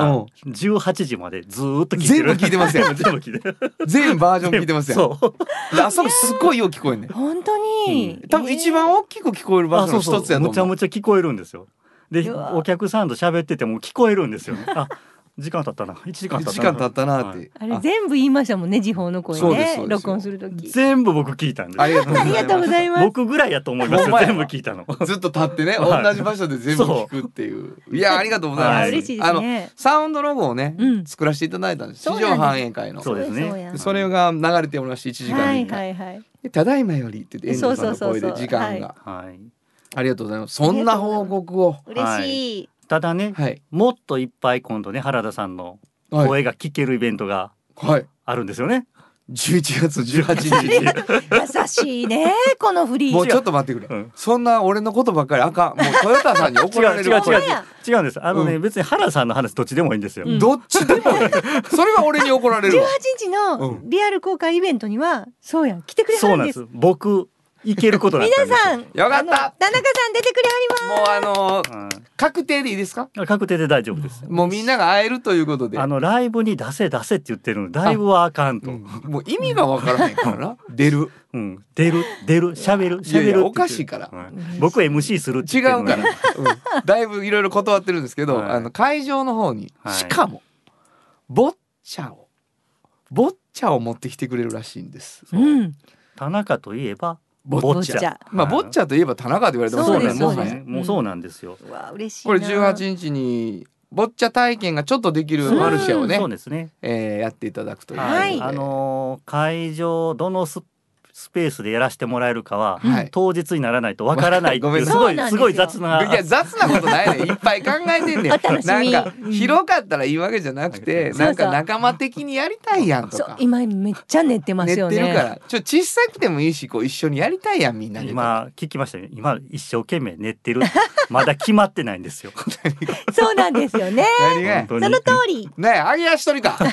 18時までずっと聞いてる。 全部聞いてますよ。全バージョン聞いてますよ。あそこすごいよく聞こえんね。 本当に。 多分一番大きく聞こえる場所の一つやと思う。 むちゃむちゃ聞こえるんですよ。でお客さんと喋ってても聞こえるんですよね。 時間経ったな。1時間経ったな。 1時間経ったなって、 あれ全部言いましたもんね、時報の声ね、録音するとき。 全部僕聞いたんです。 ありがとうございます。 僕ぐらいやと思いますよ、全部聞いたの。 ずっと立ってね、同じ場所で全部聞くっていう。いや、ありがとうございます。 嬉しいですね。 サウンドロゴをね、作らせていただいたんです。地上反映会の。 そうですね。 それが流れておりまして、1時間に1回。ただいまよりって言って、遠藤さんの声で時間が。ありがとうございます。そんな報告を。 嬉しい。 ただね、もっといっぱい今度ね、原田さんの声が聞けるイベントがあるんですよね。 11月18日。 優しいね、このフリー。 もうちょっと待ってくれ。そんな俺のことばっかりあかん。もうトヨタさんに怒られる。 違うんです。別に原田さんの話どっちでもいいんですよ。 どっちでもいい。それは俺に怒られるわ。 18日のリアル公開イベントには、そうや、来てくれはるんです。 僕いけることだったんです。 皆さん、 よかった。 田中さん出てくれはります。もう確定でいいですか？ 確定で大丈夫です。 もうみんなが会えるということで。 ライブに出せって言ってるの、ライブはあかんと。 もう意味がわからへんからな。出る、 喋る。 おかしいから。 僕 MC するって違うから。だいぶいろいろ断ってるんですけど、会場の方にしかもボッチャを持ってきてくれるらしいんです。 田中といえば。 ボッチャ。まあボッチャといえば田中と言われてますね。もうそうなんですよ。 嬉しい。 これ18日にボッチャ体験がちょっとできるマルシェをね、 そうですね。 やっていただくという。 会場どのスペースでやらせてもらえるかは、当日にならないとわからないっていう、すごい雑な。 いや雑なことないね。いっぱい考えてんねん。なんか広かったらいいわけじゃなくて、なんか仲間的にやりたいやんとか。 今めっちゃ寝てますよね。 寝てるから。小さくてもいいし、こう一緒にやりたいやんみんなで。 今聞きましたね。今一生懸命寝てる。まだ決まってないんですよ。 そうなんですよね。その通り。 ねえ、揚げ足取りか。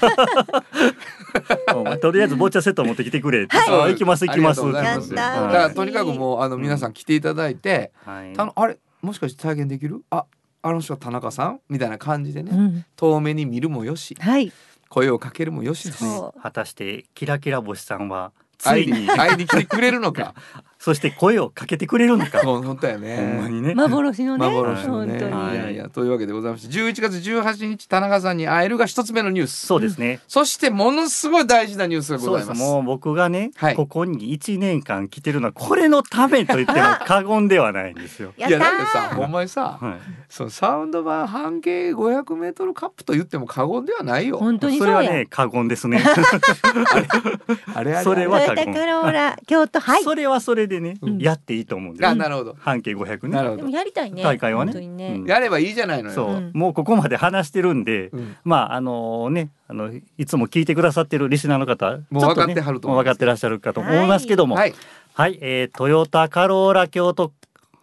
とりあえずボッチャセット持ってきてくれって。行きます。 だからとにかくもう皆さん来ていただいて、あれもしかして体験できる？あの人は田中さんみたいな感じでね、遠目に見るもよし、声をかけるもよしです。 果たしてキラキラ星さんは会いに来てくれるのか。 そして声をかけてくれるのか。 本当やね。 ほんまにね。 幻のね。 本当に。いやというわけでございまして、11月18日田中さんに会えるが一つ目のニュース。 そうですね。 そしてものすごい大事なニュースがございます。 もう僕がね、ここに1年間来てるのはこれのためと言っても過言ではないんですよ。 いやだってさ、お前さ、そのサウンド版半径500メートルカップと言っても過言ではないよ。 本当にそれはね過言ですね。 あれそれは過言。 トヨタカローラ京都、 それはそれでね、やっていいと思うんです。 なるほど。 半径500ね。 なるほど。 でもやりたいね。 大会はね。 やればいいじゃないのよ。 そう。もうここまで話してるんで、まあいつも聞いてくださってるリスナーの方、 もう分かってはると思う。 分かってらっしゃるかと思いますけども、はい、トヨタカローラ京都、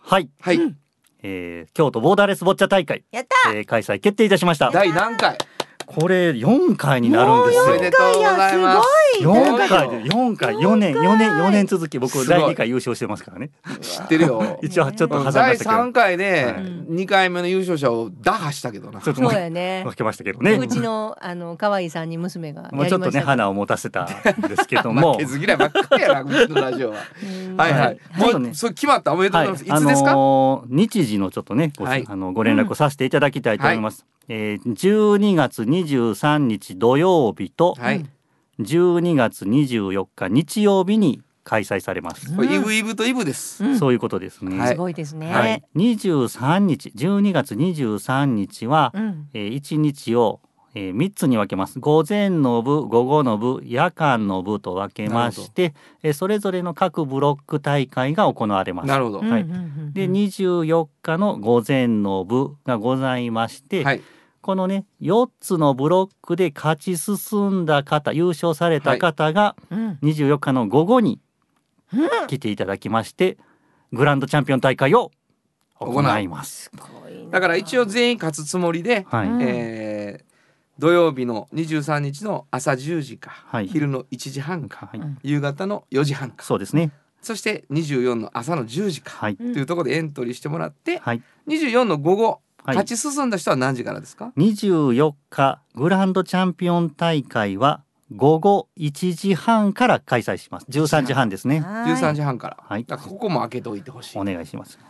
京都ボーダーレスボッチャ大会、 やった。 開催決定いたしました。 第何回？ これ4回になるんですよ。 おめでとうございます。 4回4年続き、僕第2回優勝してますからね。 知ってるよ。 一応ちょっと挟みましたけど。 第3回で2回目の優勝者を打破したけどな。 そうやね。 負けましたけどね。 うちの可愛いさんに娘がもうちょっとね花を持たせたんですけども。 負けず嫌いばっかりやな、うちのラジオは。はいはい。もうそれ決まった。おめでとうございます。いつですか？ 日時のちょっとねご連絡をさせていただきたいと思います。12月23日土曜日と12月24日日曜日に開催されます。 イブイブとイブです。 そういうことですね。 すごいですね。 23日、12月23日は1日を3つに分けます。午前の部、午後の部、夜間の部と分けまして、それぞれの各ブロック大会が行われます。 なるほど。 で24日の午前の部がございまして、このね4つのブロックで勝ち進んだ方、優勝された方が24日の午後に来ていただきまして、グランドチャンピオン大会を行います。 だから一応全員勝つつもりで、土曜日の23日の朝10時か、昼の1時半か、夕方の4時半か、 そうですね。 そして24の朝の10時かというところでエントリーしてもらって、24の午後勝ち進んだ人は何時からですか ？24日グランドチャンピオン大会は午後1時半から開催します。13時半ですね。 13時半から。だからここも開けておいてほしい。 お願いします。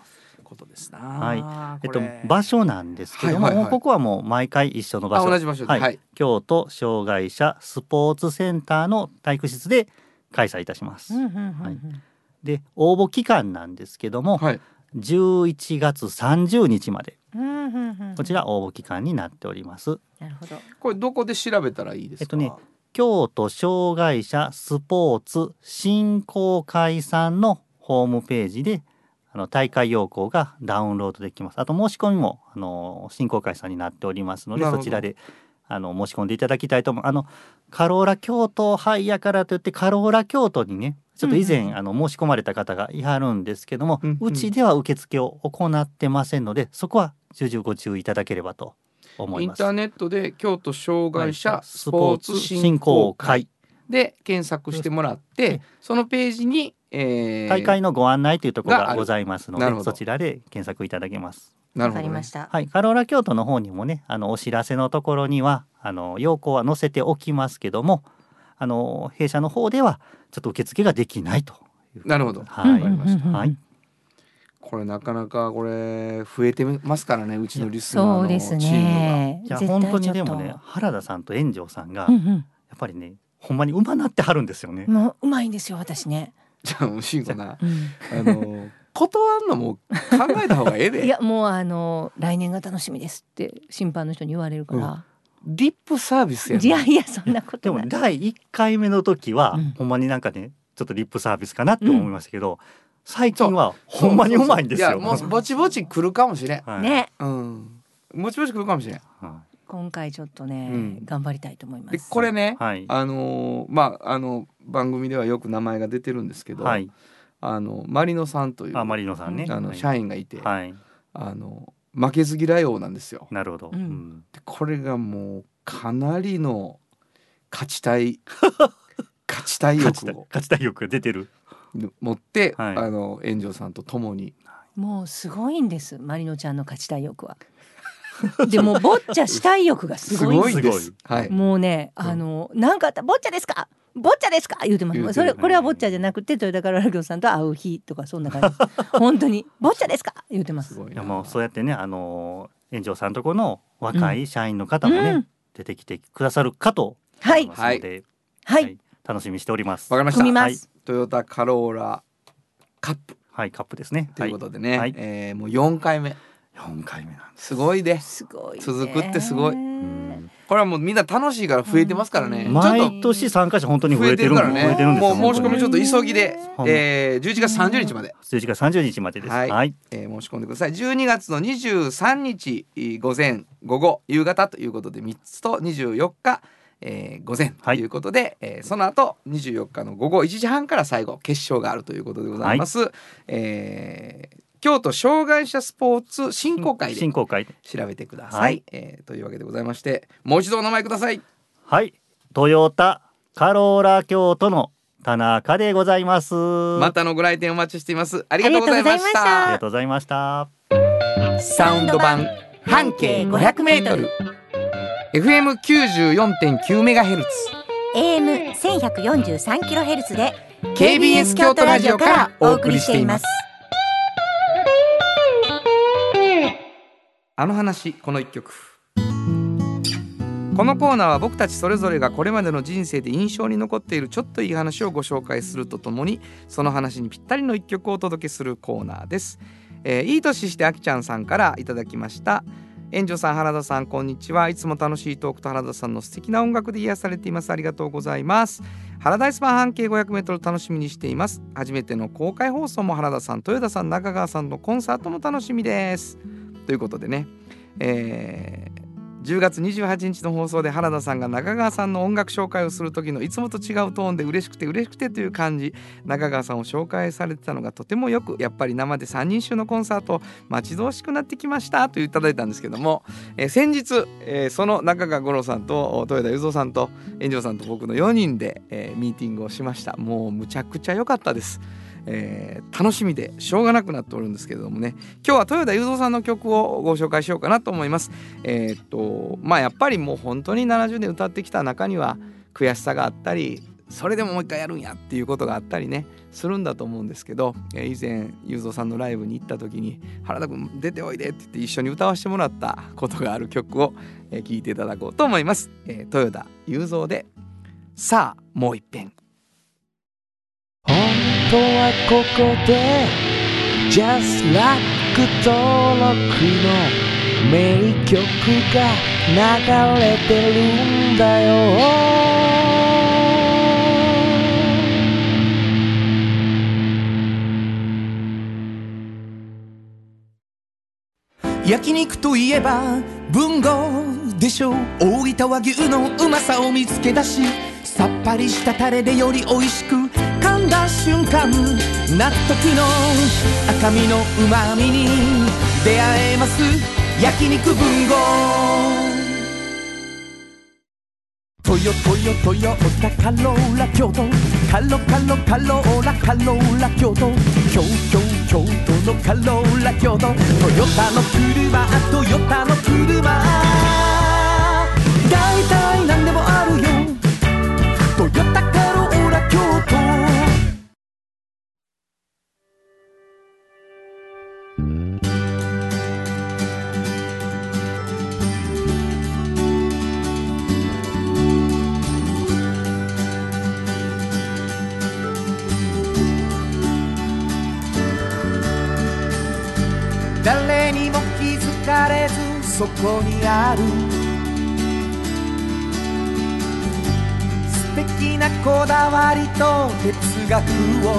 ことですな。 はい、場所なんですけども、ここはもう毎回一緒の場所。 同じ場所で、はい、 京都障害者スポーツセンターの体育室で開催いたします。で応募期間なんですけども、はい、11月30日まで、こちら応募期間になっております。 なるほど。 これどこで調べたらいいですか？ 京都障害者スポーツ振興会さんのホームページで大会要項がダウンロードできます。あと申し込みも振興会さんになっておりますので、そちらで申し込んでいただきたいと思う。カローラ京都杯やからといってカローラ京都にねちょっと以前、申し込まれた方がいはるんですけども、うちでは受付を行ってませんので、そこは重々ご注意いただければと思います。 インターネットで京都障害者スポーツ振興会で検索してもらって、そのページに、 大会のご案内というところがございますので、そちらで検索いただけます。 わかりました。 はい、カローラ京都の方にもねお知らせのところには要項は載せておきますけども、弊社の方ではちょっと受付ができないという。 なるほど、 はい、わかりました。はい、 これなかなかこれ増えてますからね、うちのリスナーのチームが。 いや本当にでもね、原田さんと炎上さんが、やっぱりねほんまに上手なってはるんですよね。 もう上手いんですよ私ね。 じゃあ慎吾な、断るのも考えた方がええで。 いやもう来年が楽しみですって審判の人に言われるから、 リップサービスやね。いやそんなことない。 でも第1回目の時は、ほんまになんかねちょっとリップサービスかなって思いましたけど、最近はほんまにうまいんですよ。 いやもうぼちぼち来るかもしれん、 ね、 ぼちぼち来るかもしれん、 今回ちょっとね、頑張りたいと思います。 でこれね、番組ではよく名前が出てるんですけど、マリノさんというマリノさんね、 社員がいて、負けず嫌い王なんですよ。 なるほど、 でこれがもうかなりの勝ちたい欲が出てる持って、炎上さんと共にもうすごいんです、マリノちゃんの勝ちたい欲は。でもボッチャしたい欲がすごいんです。もうねなんかあったボッチャですかボッチャですか言うてます。これはボッチャじゃなくて豊田カローラ京さんと会う日とかそんな感じ本当にボッチャですか言うてます。 いやもうそうやってね炎上さんとこの若い社員の方もね、出てきてくださるかと思いますので、楽しみにしております。 わかりました。トヨタカローラカップ、 カップですね。 ということでね、もう4回目なんです。 すごいで、続くってすごい。これはもうみんな楽しいから増えてますからね。 毎年参加者本当に増えてるからね。 もう申し込みちょっと急ぎで、11月30日まで。 11月30日までです。はい。 申し込んでください。12月の23日午前午後夕方ということで3つと24日午前ということで、その後24日の午後1時半から最後決勝があるということでございます。京都障害者スポーツ振興会で調べてください。というわけでございまして、もう一度お名前ください。 はい、トヨタカローラ京都の田中でございます。 またのご来店お待ちしています。ありがとうございました。 ありがとうございました。 サウンド版半径 500m FM94.9MHz AM1143kHz で KBS 京都ラジオからお送りしています。 あの話この一曲。このコーナーは僕たちそれぞれがこれまでの人生で印象に残っているちょっといい話をご紹介するとともに、その話にぴったりの一曲をお届けするコーナーです。いい年してあきちゃんさんからいただきました。炎上さん、原田さん、こんにちは。いつも楽しいトークと原田さんの素敵な音楽で癒されています。ありがとうございます。原田イスパン半径 500m 楽しみにしています。初めての公開放送も原田さん、豊田さん、中川さんのコンサートも楽しみです。ということでね、10月28日の放送で原田さんが中川さんの音楽紹介をする時のいつもと違うトーンで嬉しくてという感じ、中川さんを紹介されてたのがとてもよく、やっぱり生で3人衆のコンサート待ち遠しくなってきましたといただいたんですけども、先日、その中川五郎さんと豊田雄三さんと炎上さんと僕の4人で、ミーティングをしました。もうむちゃくちゃ良かったです。楽しみでしょうがなくなっておるんですけれどもね、今日は豊田雄三さんの曲をご紹介しようかなと思います。やっぱりもう本当に70年歌ってきた中には悔しさがあったりそれでももう一回やるんやっていうことがあったりねするんだと思うんですけど、以前雄三さんのライブに行った時に原田君出ておいでって言って一緒に歌わせてもらったことがある曲を聴いていただこうと思います。豊田雄三でさあもう一遍。 本当はここで Just Like 登録の名曲が流れてるんだよ。焼肉といえば文豪でしょう。大分和牛のうまさを見つけ出し、さっぱりしたタレでより美味しく噛んだ瞬間、納得の赤身のうまみに出会えます。焼肉文豪。トヨタカローラ京都、カローラ京都、京都のカローラ京都、トヨタの車だいたいなんでもあるよ、トヨタカローラ京都。誰にも気づかれずそこにある素敵なこだわりと哲学を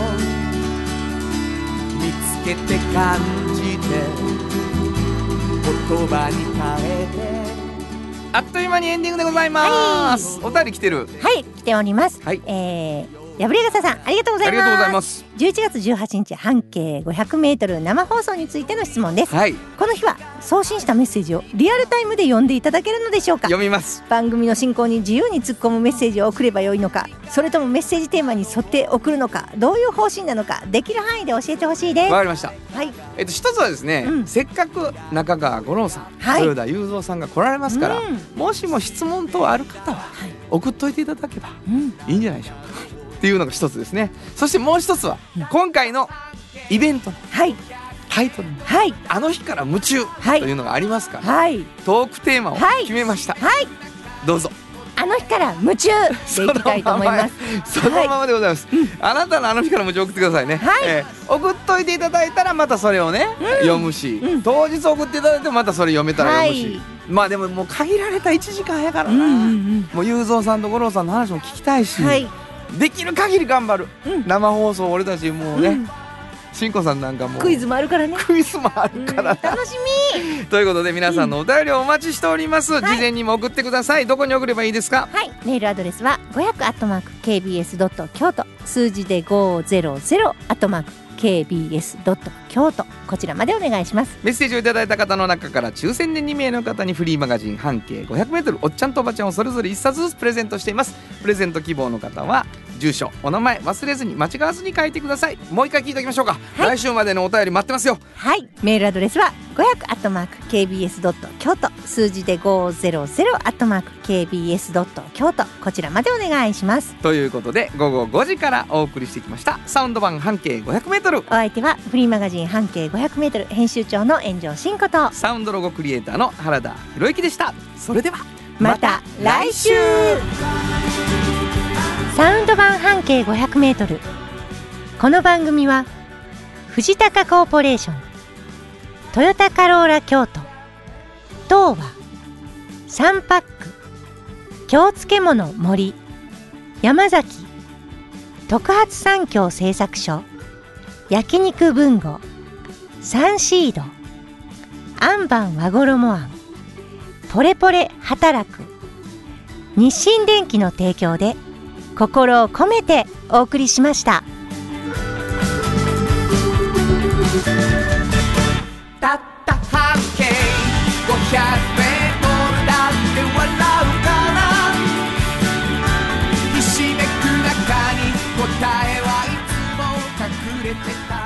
見つけて感じて言葉に変えて。 あっという間にエンディングでございます、はい、お便り来てる。 はい来ております、はい、やぶれがささんありがとうございます。11月18日半径500メートル生放送についての質問です、はい、この日は送信したメッセージをリアルタイムで読んでいただけるのでしょうか。 読みます。 番組の進行に自由に突っ込むメッセージを送ればよいのか、それともメッセージテーマに沿って送るのか、どういう方針なのかできる範囲で教えてほしいです。 わかりました、 はい。 一つはですね、せっかく中川五郎さん、豊田雄三さんが来られますから、もしも質問等ある方は送っといていただけばいいんじゃないでしょうか、っていうのが一つですね。そしてもう一つは、今回のイベントのタイトルに、あの日から夢中というのがありますから、トークテーマを決めました、どうぞ。 あの日から夢中でいきたいと思いますそのままでございます、あなたのあの日から夢中送ってくださいね、送っといていただいたらまたそれをね、読むし、当日送っていただいてもまたそれ読めたら読むし、まあでももう限られた1時間やからな、もう雄三さんと五郎さんの話も聞きたいし、できる限り頑張る、生放送俺たちもうね、しんこさんなんかもクイズもあるからね。 クイズもあるから、 楽しみということで皆さんのお便りをお待ちしております、事前にも送ってください。どこに送ればいいですか。 はい、メールアドレスは 500@kbs. 京都、数字で500@kbs. 京都、こちらまでお願いします。 メッセージをいただいた方の中から抽選で2名の方にフリーマガジン半径 500m おっちゃんとおばちゃんをそれぞれ1冊ずつプレゼントしています。プレゼント希望の方は住所お名前忘れずに間違わずに書いてください。もう一回聞いておきましょうか、来週までのお便り待ってますよ。 はい、メールアドレスは 500@kbs. 京都、数字で500@kbs. 京都、こちらまでお願いします。 ということで午後5時からお送りしてきましたサウンド版半径 500m。 お相手はフリーマガジン半径 500m 編集長の炎上真子とサウンドロゴクリエイターの原田博之でした。それではまた来週。サウンド版半径 500m。 この番組は藤高コーポレーション、トヨタカローラ京都、東和、サンパック、京漬物森、山崎、特発産業製作所、焼肉文吾、サンシード、アンバン和衣あん、ポレポレ働く、日清電機の提供で心を込めてお送りしました。 たった半径500メートルだって笑うかな。ひしめく中に答えはいつも隠れてた。